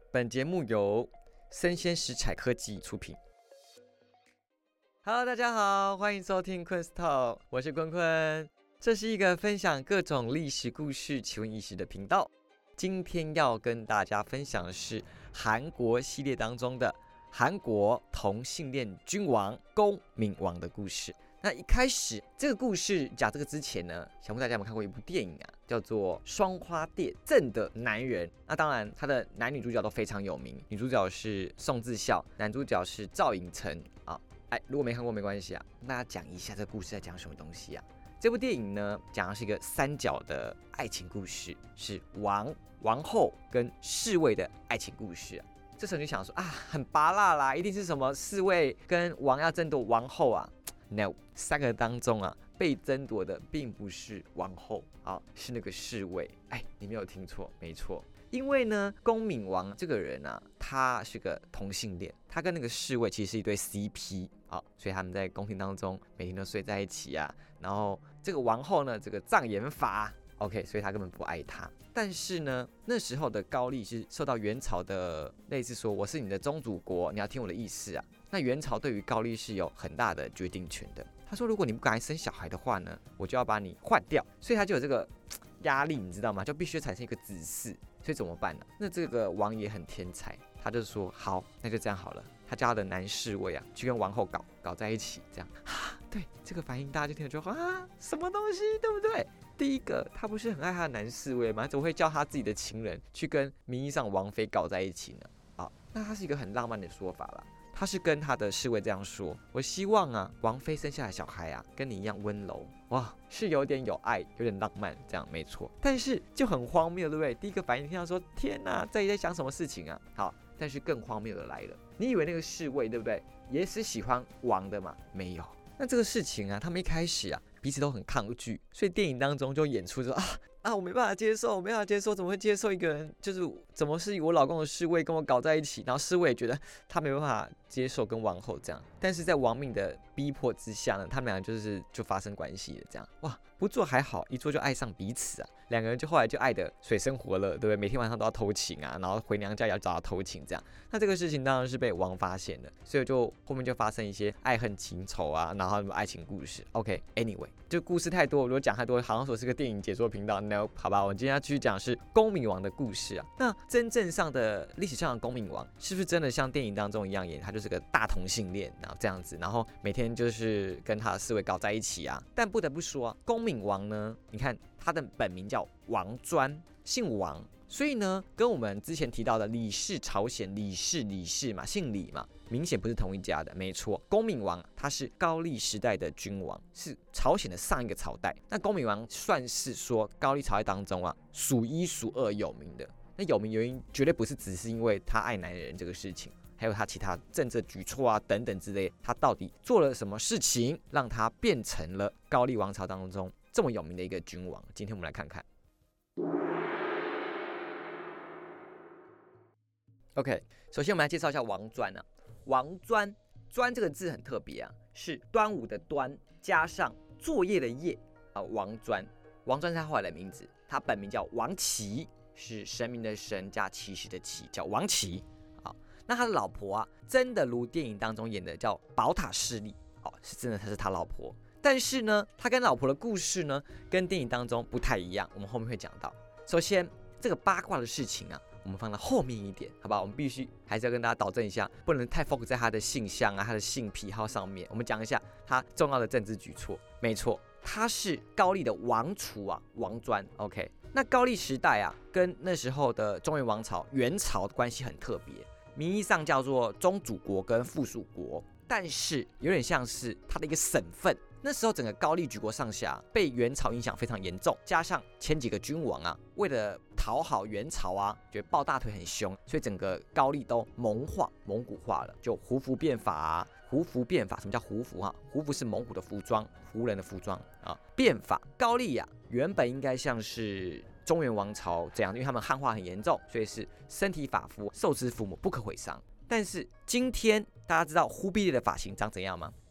本节目由生鲜食材科技出品。Hello， 大家好，欢迎收听坤 Talk， 我是坤坤。这是一个分享各种历史故事、奇闻异事的频道。今天要跟大家分享的是韩国系列当中的韩国同性恋君王恭敏王的故事。那一开始这个故事讲这个之前呢，想问大家有没有看过一部电影啊，叫做《双花店》正的男人。那当然，他的男女主角都非常有名，女主角是宋智孝，男主角是赵寅成啊。如果没看过没关系啊，跟大家讲一下这个故事在讲什么东西啊。这部电影呢，讲的是一个三角的爱情故事，是王、王后跟侍卫的爱情故事啊。这时候就想说啊，很拔辣啦，一定是什么侍卫跟王要争夺王后啊。No， 三个当中啊，被争夺的并不是王后啊，是那个侍卫。你没有听错，没错。因为呢，恭敏王这个人啊，他是个同性恋，他跟那个侍卫其实是一对 CP 啊，所以他们在宫廷当中每天都睡在一起啊。然后这个王后呢，这个障眼法 ，OK， 所以他根本不爱他。但是呢，那时候的高丽是受到元朝的类似说我是你的宗主国，你要听我的意思啊。那元朝对于高丽是有很大的决定权的。他说，如果你不赶快生小孩的话呢，我就要把你换掉。所以他就有这个压力，你知道吗？就必须产生一个子嗣。所以怎么办呢？那这个王也很天才，他就说好，那就这样好了。他叫他的男侍卫啊，去跟王后搞在一起，这样对这个反应大家就听了就什么东西，对不对？第一个，他不是很爱他的男侍卫吗？怎么会叫他自己的情人去跟名义上王妃搞在一起呢？那他是一个很浪漫的说法啦。他是跟他的侍卫这样说：我希望啊，王妃生下的小孩啊，跟你一样温柔。哇，是有点有爱，有点浪漫，这样没错。但是就很荒谬，对不对？第一个反应听到说，天哪，这里在想什么事情啊？好，但是更荒谬的来了。你以为那个侍卫，对不对，也是喜欢王的吗？没有。那这个事情啊，他们一开始啊，彼此都很抗拒，所以电影当中就演出说我没办法接受，我没办法接受，怎么会接受一个人，就是怎么是我老公的侍卫跟我搞在一起？然后侍卫也觉得他没办法接受跟王后这样，但是在王命的逼迫之下呢，他们俩就发生关系了，这样哇，不做还好，一做就爱上彼此啊，两个人就后来就爱得水深火热，对不对？每天晚上都要偷情啊，然后回娘家也要找他偷情这样。那这个事情当然是被王发现了，所以就后面就发生一些爱恨情仇啊，然后爱情故事。OK，anyway，就故事太多，如果讲太多，好像说是个电影解说频道。No， 好吧，我们今天要继续讲的是恭敏王的故事啊。那真正上的历史上的恭敏王，是不是真的像电影当中一样演？他就是个大同性恋，然后这样子，然后每天就是跟他的侍卫搞在一起啊。但不得不说，恭敏王呢，你看他的本名叫王专，姓王。所以呢，跟我们之前提到的李氏朝鲜，李氏嘛，姓李嘛，明显不是同一家的。没错，恭敏王他是高丽时代的君王，是朝鲜的上一个朝代。那恭敏王算是说高丽朝代当中啊，数一数二有名的。那有名原因绝对不是只是因为他爱男人这个事情，还有他其他政治举措啊等等之类，他到底做了什么事情，让他变成了高丽王朝当中这么有名的一个君王？今天我们来看看。OK， 首先我们来介绍一下王专啊。王专这个字很特别啊，是端午的端加上作业的业啊。王专是他后来的名字，他本名叫王琦，是神明的神加奇石的奇，叫王琦。好，那他的老婆啊，真的如电影当中演的叫宝塔势力，是真的，他是他老婆。但是呢，他跟老婆的故事呢，跟电影当中不太一样，我们后面会讲到。首先，这个八卦的事情啊，我们放到后面一点，好不好？我们必须还是要跟大家导正一下，不能太 focus 在他的性向啊、他的性癖好上面。我们讲一下他重要的政治举措。没错，他是高丽的王储啊，王专。OK， 那高丽时代啊，跟那时候的中原王朝、元朝的关系很特别，名义上叫做宗主国跟附属国，但是有点像是他的一个省份。那时候整个高丽举国上下被元朝影响非常严重，加上前几个君王啊，为了讨好元朝啊，觉得抱大腿很凶，所以整个高丽都蒙古化了，就胡服变法啊。胡服变法，什么叫胡服啊？胡服是蒙古的服装，胡人的服装啊。变法，高丽啊，原本应该像是中原王朝这样，因为他们汉化很严重，所以是身体发肤，受之父母，不可毁伤。但是今天大家知道忽必烈的发型长怎样吗？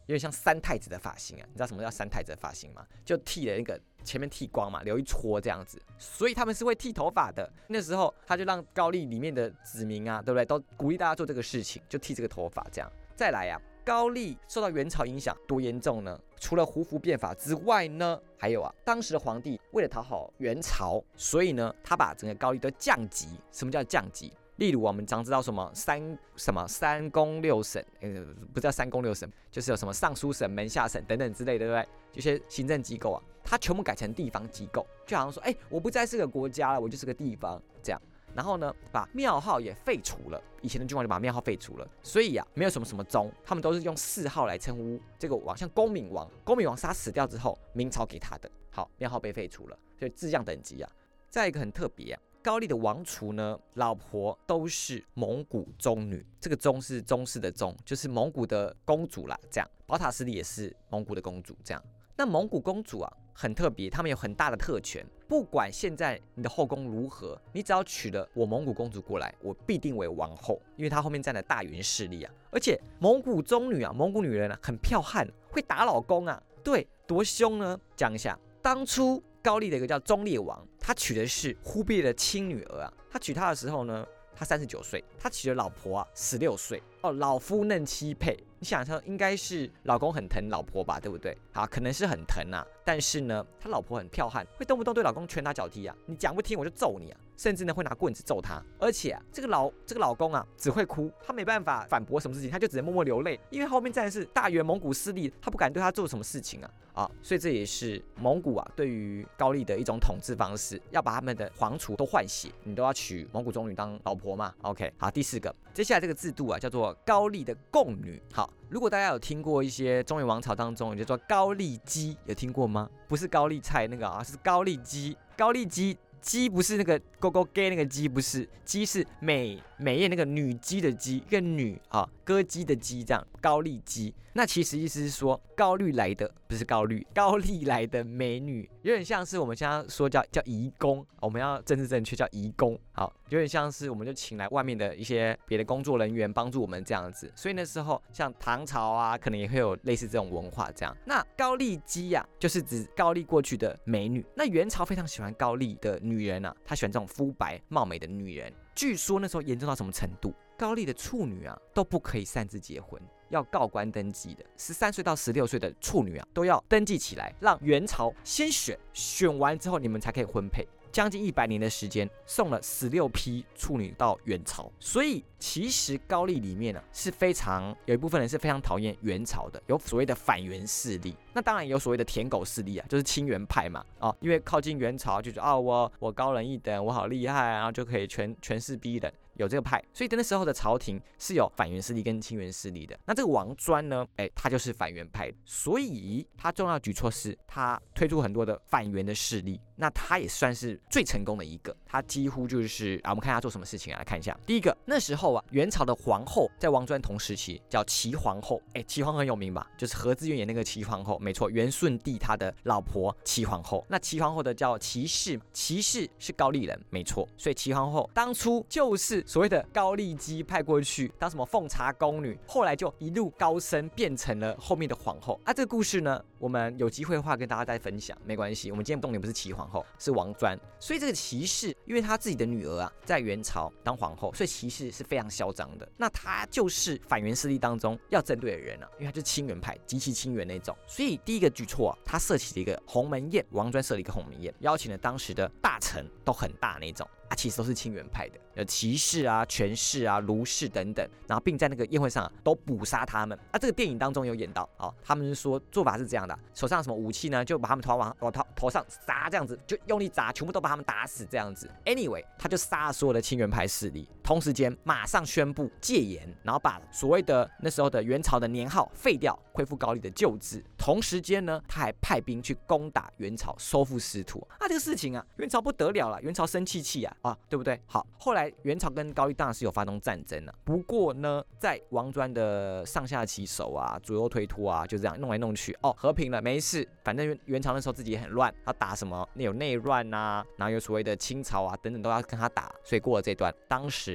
有点像三太子的发型啊。你知道什么叫三太子的发型吗？就剃了那个前面剃光嘛，留一撮这样子，所以他们是会剃头发的。那时候他就让高丽里面的子民啊，对不对？都鼓励大家做这个事情，就剃这个头发这样。再来啊，高丽受到元朝影响多严重呢？除了胡服变法之外呢，还有啊，当时的皇帝为了讨好元朝，所以呢，他把整个高丽都降级。什么叫降级？例如我们常知道什么三公六省，不叫三公六省，就是有什么尚书省、门下省等等之类的，对不对？这些行政机构啊，它全部改成地方机构，就好像说，我不再是个国家了，我就是个地方这样。然后呢，把庙号也废除了，以前的君王就把庙号废除了，所以啊，没有什么宗，他们都是用谥号来称呼这个王，像恭敏王是他死掉之后明朝给他的，好，庙号被废除了，所以字样等级啊。再一个很特别啊，高丽的王储呢，老婆都是蒙古宗女，这个宗是宗室的宗，就是蒙古的公主啦，这样。宝塔斯里也是蒙古的公主，这样。那蒙古公主啊，很特别，他们有很大的特权，不管现在你的后宫如何，你只要娶了我蒙古公主过来，我必定为王后，因为她后面站了大元势力啊。而且蒙古宗女啊，蒙古女人啊，很剽悍，会打老公啊，对，多凶呢？讲一下，当初高丽的一个叫忠烈王，他娶的是忽必烈的亲女儿啊。他娶她的时候呢，他39岁，他娶的老婆啊16岁哦，老夫嫩妻配。你想想，应该是老公很疼老婆吧，对不对？好，可能是很疼啊，但是呢，他老婆很剽悍，会动不动对老公拳打脚踢啊，你讲不听我就揍你啊，甚至呢会拿棍子揍他。而且啊，这个老公啊只会哭，他没办法反驳什么事情，他就只能默默流泪，因为后面站的是大元蒙古势力，他不敢对他做什么事情啊，所以这也是蒙古啊对于高丽的一种统治方式，要把他们的皇储都换血，你都要娶蒙古宗女当老婆嘛。OK， 好，第4个，接下来这个制度啊叫做高丽的贡女。好，如果大家有听过一些中原王朝当中，叫做高丽姬，有听过吗？不是高丽菜那个啊，是高丽姬。高丽姬，姬不是那个勾勾 gay 那个姬，不是，姬是美艳那个女姬的姬，一个女啊，歌姬的姬，这样高丽姬。那其实意思是说高丽来的，不是高丽来的美女，有点像是我们现在说叫移工，我们要政治正确叫移工。好，有点像是我们就请来外面的一些别的工作人员帮助我们这样子。所以那时候像唐朝啊，可能也会有类似这种文化这样。那高丽姬啊，就是指高丽过去的美女。那元朝非常喜欢高丽的女人啊，他喜欢这种肤白貌美的女人。据说那时候严重到什么程度？高丽的处女啊都不可以擅自结婚，要告官登记的。13岁到16岁的处女啊都要登记起来，让元朝先选完之后你们才可以婚配。将近100年的时间，送了16批处女到元朝。所以其实高丽里面是非常有一部分人是非常讨厌元朝的，有所谓的反元势力。那当然有所谓的舔狗势力啊，就是亲元派嘛。因为靠近元朝就觉得我高人一等，我好厉害，然后就可以权势逼人。有这个派，所以那时候的朝廷是有反元势力跟亲元势力的。那这个王专呢，他就是反元派的，所以他重要的举措是他推出很多的反元的势力。那他也算是最成功的一个，他几乎就是我们看他做什么事情来看一下。第一个，那时候元朝的皇后在王专同时期叫齐皇后，齐皇后很有名吧？就是何志远演那个齐皇后，没错，元顺帝他的老婆齐皇后。那齐皇后的叫齐氏，齐氏是高丽人，没错，所以齐皇后当初就是所谓的高丽姬派过去当什么奉茶宫女，后来就一路高升，变成了后面的皇后。这个故事呢，我们有机会的话跟大家再分享，没关系。我们今天重点不是齐皇后，是王专。所以这个齐氏，因为他自己的女儿在元朝当皇后，所以齐氏是非常嚣张的。那他就是反元势力当中要针对的人因为他就是亲元派，极其亲元那种。所以第一个举措他设起了一个鸿门宴，王专设了一个鸿门宴，邀请了当时的大臣，都很大那种。其实都是亲元派的，有齐氏啊、权氏啊、卢氏等等，然后并在那个宴会上都捕杀他们。这个电影当中有演到，他们是说做法是这样的，手上有什么武器呢，就把他们往头上砸，这样子就用力砸，全部都把他们打死这样子。Anyway， 他就杀了所有的亲元派势力，同时间马上宣布戒严，然后把所谓的那时候的元朝的年号废掉，恢复高丽的旧制。同时间呢，他还派兵去攻打元朝，收复失土。这个事情元朝不得了了，元朝生气对不对？好，后来元朝跟高丽当然是有发动战争不过呢，在王专的上下其手左右推脱就这样弄来弄去，和平了，没事。反正元朝那时候自己也很乱，要打什么有内乱然后有所谓的清朝等等都要跟他打，所以过了这段，当时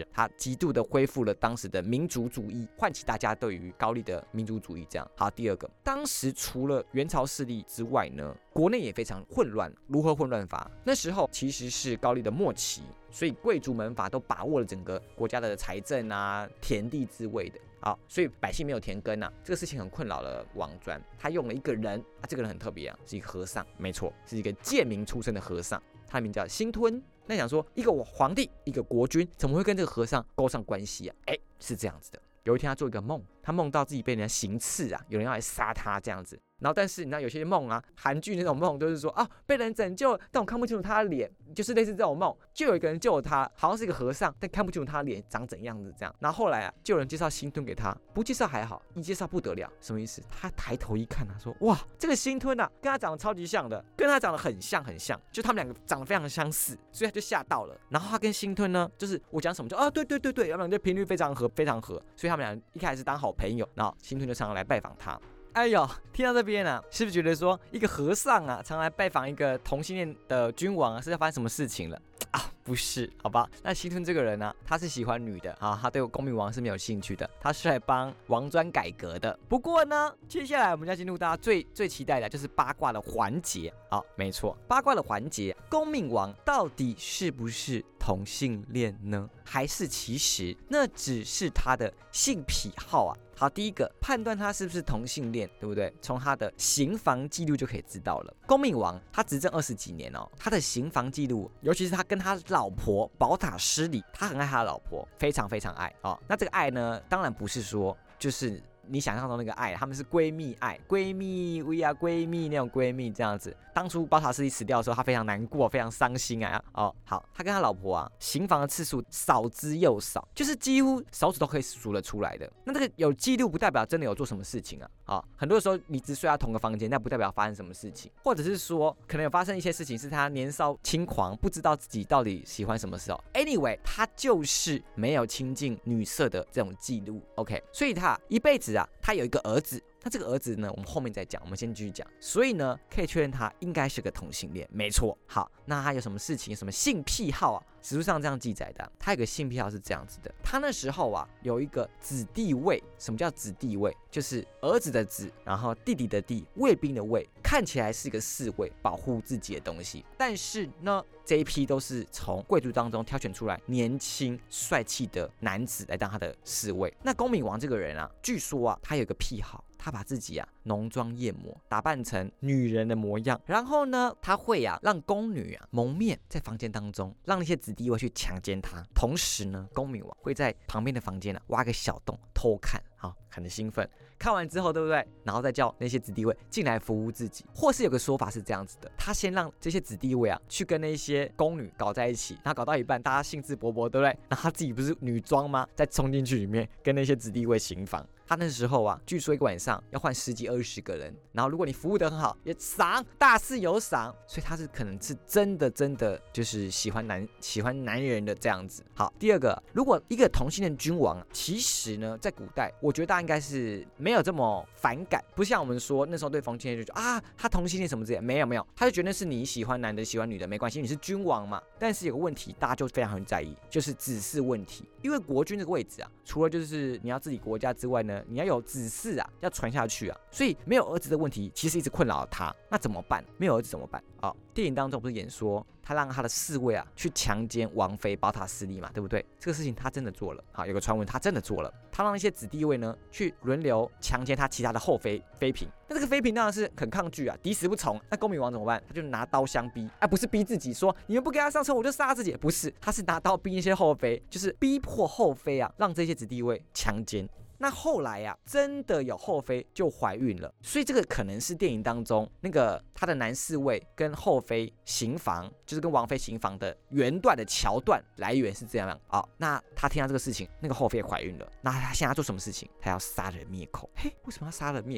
他极度的恢复了当时的民族主义，唤起大家对于高丽的民族主义。这样好，第二个，当时除了元朝势力之外呢，国内也非常混乱。如何混乱法？那时候其实是高丽的末期，所以贵族门阀都把握了整个国家的财政啊、田地之位的。好，所以百姓没有田耕啊，这个事情很困扰了王专。他用了一个人啊，这个人很特别啊，是一个和尚，没错，是一个贱民出身的和尚，他的名叫辛吞。那想说，一个皇帝，一个国君，怎么会跟这个和尚勾上关系啊？是这样子的。有一天他做一个梦，他梦到自己被人家行刺啊，有人要来杀他这样子。然后但是你知道有些梦啊，韩剧那种梦都是说啊被人拯救了，但我看不清楚他的脸，就是类似这种梦，就有一个人救了他，好像是一个和尚，但看不清楚他的脸长怎样子这样。然后后来啊，就有人介绍辛吞给他，不介绍还好，一介绍不得了，什么意思？他抬头一看啊，说哇，这个辛吞啊，跟他长得超级像的，跟他长得很像，就他们两个长得非常相似，所以他就吓到了。然后他跟辛吞呢，就是我讲什么就啊对，他们俩就频率非常合，所以他们俩一开始当好朋友，然后辛吞就常常来拜访他。哎呦，听到这边啊，是不是觉得说一个和尚啊，常来拜访一个同性恋的君王啊，是要发生什么事情了啊？不是，好吧？那辛吞这个人呢、他是喜欢女的啊，他对恭明王是没有兴趣的，他是来帮王专改革的。不过呢，接下来我们要进入大家最期待的就是八卦的环节。好，没错，八卦的环节，恭明王到底是不是同性恋呢？还是其实那只是他的性癖好啊？好，第一个判断他是不是同性恋，对不对？从他的刑房记录就可以知道了。恭明王他执政20几年哦，他的刑房记录，尤其是他跟他老婆宝塔失礼，他很爱他的老婆，非常非常爱哦。那这个爱呢，当然不是说就是你想象中那个爱，他们是闺蜜爱，闺蜜 we are 闺蜜那种闺蜜这样子。当初宝塔失礼死掉的时候，他非常难过，非常伤心啊。哦，好，他跟他老婆啊，行房的次数少之又少，就是几乎手指都可以数得出来的。那这个有记录不代表真的有做什么事情啊。很多时候你只睡在同个房间，那不代表发生什么事情，或者是说可能有发生一些事情是他年少轻狂，不知道自己到底喜欢什么时候。Anyway， 他就是没有亲近女色的这种记录。OK， 所以他一辈子啊，他有一个儿子。那这个儿子呢，我们后面再讲，我们先继续讲。所以呢，可以确认他应该是个同性恋，没错。好，那他有什么事情，有什么性癖好啊？史书上这样记载的，他有个性癖好是这样子的。他那时候啊，有一个子弟卫。什么叫子弟卫？就是儿子的子，然后弟弟的弟，卫兵的卫，看起来是一个侍卫，保护自己的东西。但是呢，这一批都是从贵族当中挑选出来年轻帅气的男子来当他的侍卫。那恭明王这个人啊，据说啊，他有一个癖好。他把自己啊浓妆艳抹，打扮成女人的模样，然后呢，他会啊让宫女啊蒙面在房间当中，让那些子弟卫去强奸她。同时呢，恭明王会在旁边的房间啊挖个小洞偷看，好，很兴奋。看完之后，对不对？然后再叫那些子弟卫进来服务自己，或是有个说法是这样子的：他先让这些子弟卫啊去跟那些宫女搞在一起，然后搞到一半，大家兴致勃勃，对不对？然后他自己不是女装吗？再冲进去里面跟那些子弟卫行房。他那时候啊，据说一个晚上要换10几20个人，然后如果你服务得很好，也赏，大肆有赏，所以他是可能是真的就是喜欢男人的这样子。好，第二个，如果一个同性恋君王，其实呢，在古代，我觉得大家应该是没有这么反感，不像我们说那时候对同性恋就觉得啊，他同性恋什么之类的，没有，他就觉得是你喜欢男的喜欢女的没关系，你是君王嘛。但是有个问题，大家就非常很在意，就是子嗣问题，因为国君这个位置啊，除了就是你要治理国家之外呢，你要有子嗣啊，要传下去啊，所以没有儿子的问题其实一直困扰他。那怎么办？没有儿子怎么办？电影当中不是演说他让他的侍卫啊去强奸王妃宝塔失利嘛，对不对？这个事情他真的做了。好，有个传闻他真的做了，他让一些子弟卫呢去轮流强奸他其他的后妃嫔。那这个妃嫔当然是很抗拒啊，敌死不从。那恭明王怎么办？他就拿刀相逼，不是逼自己说你们不给他上车我就杀自己，不是，他是拿刀逼一些后妃，就是逼迫后妃啊让这些子弟卫强奸。那后来啊，真的有后妃就怀孕了，所以这个可能是电影当中那个他的男侍卫跟后妃行房，就是跟王妃行房的原段的桥段来源是这样。那他听到这个事情，那个后妃怀孕了，那他现在要做什么事情？他要杀人灭口。为什么要杀人灭口啊？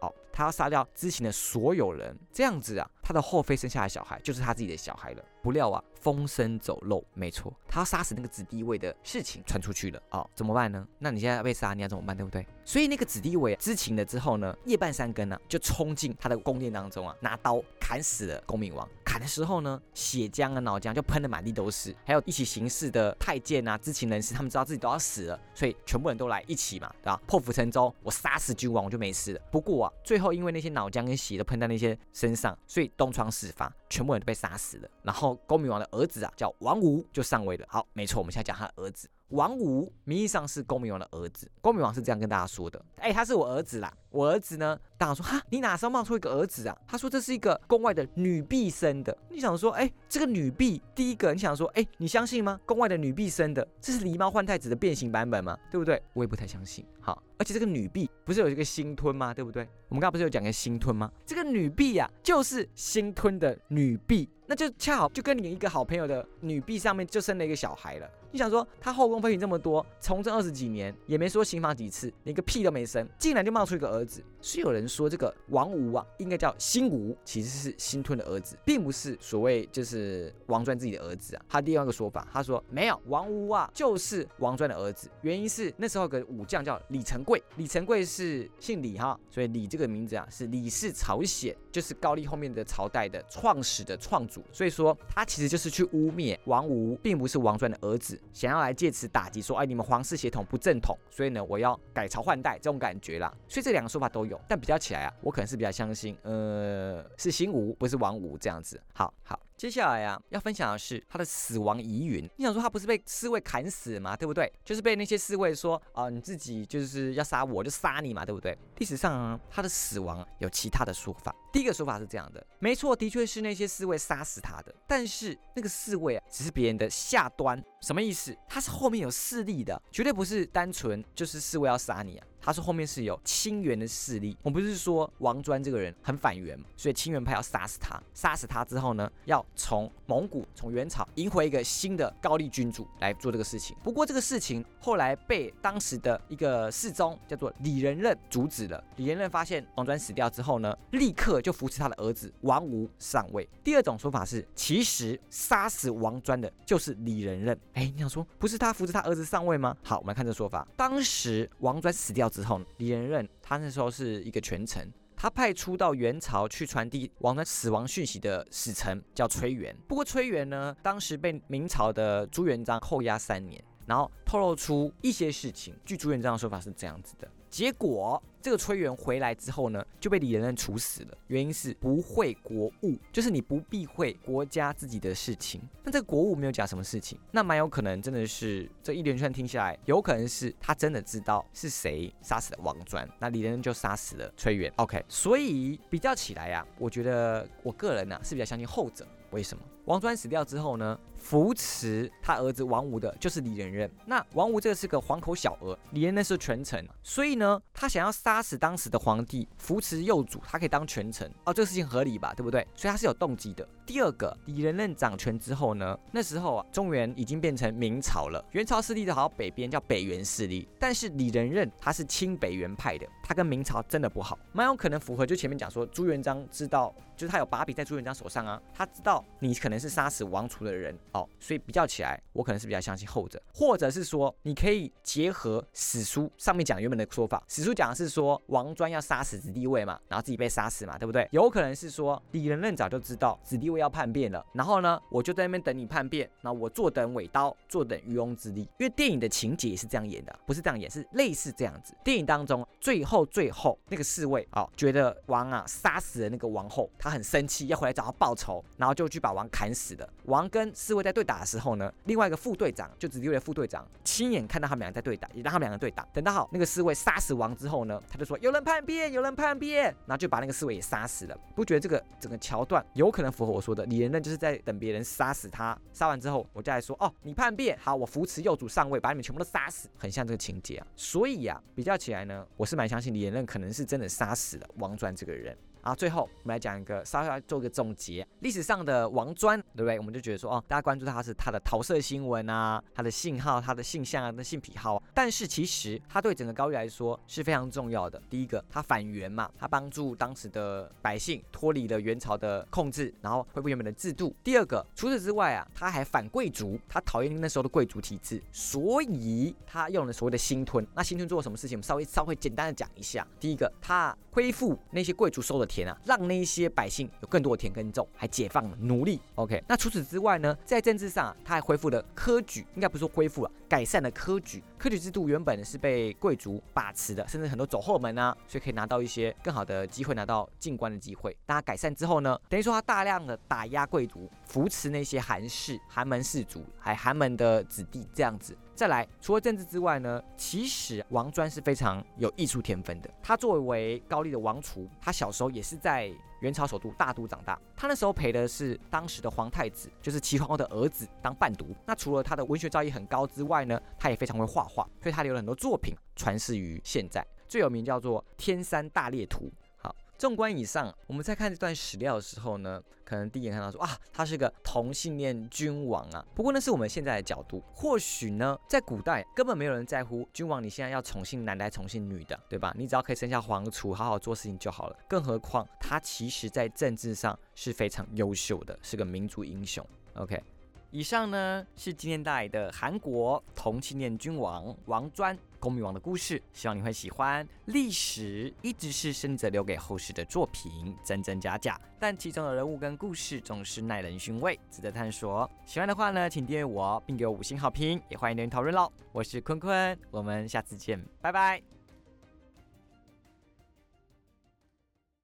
他要杀掉知情的所有人，这样子啊，他的后妃生下的小孩就是他自己的小孩了。不料啊，风声走漏，没错，他要杀死那个子弟卫的事情传出去了。怎么办呢？那你现在要被杀，你要怎么办，对不对？所以那个子弟卫知情了之后呢，夜半三更啊，就冲进他的宫殿当中啊，拿刀砍死了恭明王。砍的时候呢，血浆啊、脑浆就喷得满地都是，还有一起行事的太监啊、知情人士，他们知道自己都要死了，所以全部人都来一起嘛，对吧？破釜沉舟，我杀死君王，我就没事了。不过啊，最后因为那些脑浆跟血都喷在那些身上，所以东窗事发，全部人都被杀死了。然后恭明王的儿子啊，叫王吴，就上位了。好，没错，我们现在讲他的儿子。王吴名义上是恭明王的儿子，恭明王是这样跟大家说的：他是我儿子啦。我儿子呢，大家说哈，你哪时候冒出一个儿子啊？他说这是一个宫外的女婢生的。你想说，这个女婢，第一个你想说，你相信吗？宫外的女婢生的，这是狸猫换太子的变形版本吗？对不对？我也不太相信。好，而且这个女婢不是有一个星吞吗？对不对？我们刚刚不是有讲个星吞吗？这个女婢啊，就是星吞的女婢，那就恰好就跟你一个好朋友的女婢上面就生了一个小孩了。你想说他后宫妃嫔这么多，从政20几年，也没说行房几次，连个屁都没生，竟然就冒出一个儿子。所以有人说这个王吴啊，应该叫辛吴，其实是星吞的儿子，并不是所谓就是王专自己的儿子啊。他第二个说法，他说没有，王吴啊就是王专的儿子，原因是那时候有个武将叫李成桂，李成桂是姓李哈，所以李这个名字啊是李氏朝鲜，就是高丽后面的朝代的创始的创主，所以说他其实就是去污蔑王吴，并不是王专的儿子。想要来借此打击说，你们皇室血统不正统，所以呢，我要改朝换代这种感觉啦。所以这两个说法都有，但比较起来啊，我可能是比较相信，是辛吴，不是王吴这样子。好，接下来啊，要分享的是他的死亡疑云。你想说他不是被侍卫砍死吗？对不对？就是被那些侍卫说，你自己就是要杀我就杀你嘛，对不对？历史上啊，他的死亡有其他的说法。第一个说法是这样的，没错，的确是那些侍卫杀死他的，但是那个侍卫啊，只是别人的下端。什么意思？他是后面有势力的，绝对不是单纯就是侍卫要杀你啊。他说后面是有清源的势力，我不是说王专这个人很反元，所以清源派要杀死他，杀死他之后呢，要从蒙古、从元朝迎回一个新的高丽君主来做这个事情。不过这个事情后来被当时的一个侍中叫做李仁任阻止了。李仁任发现王专死掉之后呢，立刻就扶持他的儿子王吴上位。第二种说法是，其实杀死王专的就是李仁任。你想说不是他扶持他儿子上位吗？好，我们来看这说法。当时王专死掉之后，李仁任他那时候是一个权臣，他派出到元朝去传递王专死亡讯息的使臣叫崔元。不过崔元呢，当时被明朝的朱元璋扣押3年，然后透露出一些事情。据朱元璋的说法是这样子的，结果这个崔元回来之后呢，就被李仁任处死了。原因是不会国务，就是你不避讳国家自己的事情。那这个国务没有讲什么事情，那蛮有可能真的是这一连串听下来，有可能是他真的知道是谁杀死了王专，那李仁任就杀死了崔元。OK， 所以比较起来啊，我觉得我个人是比较相信后者。为什么？王专死掉之后呢，扶持他儿子王吴的就是李仁任。那王吴这个是个皇口小儿，李仁任是权臣，所以呢，他想要杀死当时的皇帝，扶持幼主，他可以当权臣。这个事情合理吧，对不对？所以他是有动机的。第二个，李仁任掌权之后呢，那时候中原已经变成明朝了，元朝势力的好像北边叫北元势力，但是李仁任他是亲北元派的，他跟明朝真的不好，蛮有可能符合就前面讲说朱元璋知道，就是他有把柄在朱元璋手上啊，他知道你可能是杀死王储的人所以比较起来，我可能是比较相信后者，或者是说你可以结合史书上面讲原本的说法，史书讲的是说王专要杀死子弟卫嘛，然后自己被杀死嘛，对不对？有可能是说李仁任早就知道子弟卫要叛变了，然后呢，我就在那边等你叛变，然后我坐等尾刀，坐等渔翁之利。因为电影的情节也是这样演的，不是这样演，是类似这样子。电影当中最后那个侍卫觉得王杀死了那个王后，他很生气，要回来找他报仇，然后就去把王砍死了。王跟侍卫在对打的时候呢，另外一个副队长，就子弟卫的副队长，亲眼看到他们两个在对打，也让他们两个对打。等到那个侍卫杀死王之后呢，他就说有人叛变，有人叛变，然后就把那个侍卫也杀死了。不觉得这个整个桥段有可能符合我说的，李仁任就是在等别人杀死他，杀完之后我再来说你叛变，好，我扶持幼主上位，把你们全部都杀死，很像这个情节啊。所以比较起来呢，我是蛮相信李仁任可能是真的杀死了王专这个人。 然后最后我们来讲一个，稍微做一个总结，历史上的王专，对不对？我们就觉得说大家关注他是他的桃色新闻啊，他的信号、他的性向啊、他的性癖好但是其实他对整个高丽来说是非常重要的。第一个，他反元嘛，他帮助当时的百姓脱离了元朝的控制，然后恢复原本的制度。第二个，除此之外他还反贵族，他讨厌那时候的贵族体制，所以他用了所谓的新吞。那新吞做了什么事情？我们稍微简单的讲一下。第一个，他恢复那些贵族收的田让那些百姓有更多的田耕种，还解放了奴隶。OK， 那除此之外呢，在政治上他还恢复了科举，应该不是说恢复了，改善了科举。科举制度原本是被贵族把持的，甚至很多走后门所以可以拿到一些更好的机会，拿到进官的机会。大家改善之后呢，等于说他大量的打压贵族，扶持那些寒士、寒门士族，还寒门的子弟这样子。再来，除了政治之外呢，其实王专是非常有艺术天分的。他作为高丽的王储，他小时候也是在元朝首都大都长大。他那时候陪的是当时的皇太子，就是齐皇后的儿子当伴读。那除了他的文学造诣很高之外呢，他也非常会画画，所以他留了很多作品传世于现在。最有名叫做《天山大猎图》。纵观以上，我们在看这段史料的时候呢，可能第一眼看到说他是个同性恋君王不过那是我们现在的角度，或许呢，在古代根本没有人在乎君王你现在要宠幸男的还宠幸女的，对吧？你只要可以生下皇储，好好做事情就好了。更何况他其实在政治上是非常优秀的，是个民族英雄。OK。以上呢是今天带来的韩国同性恋君王王专恭明王的故事，希望你会喜欢。历史一直是生者留给后世的作品，真真假假，但其中的人物跟故事总是耐人寻味，值得探索。喜欢的话呢，请订阅我，并给我5星好评，也欢迎留言讨论咯。我是坤坤，我们下次见，拜拜。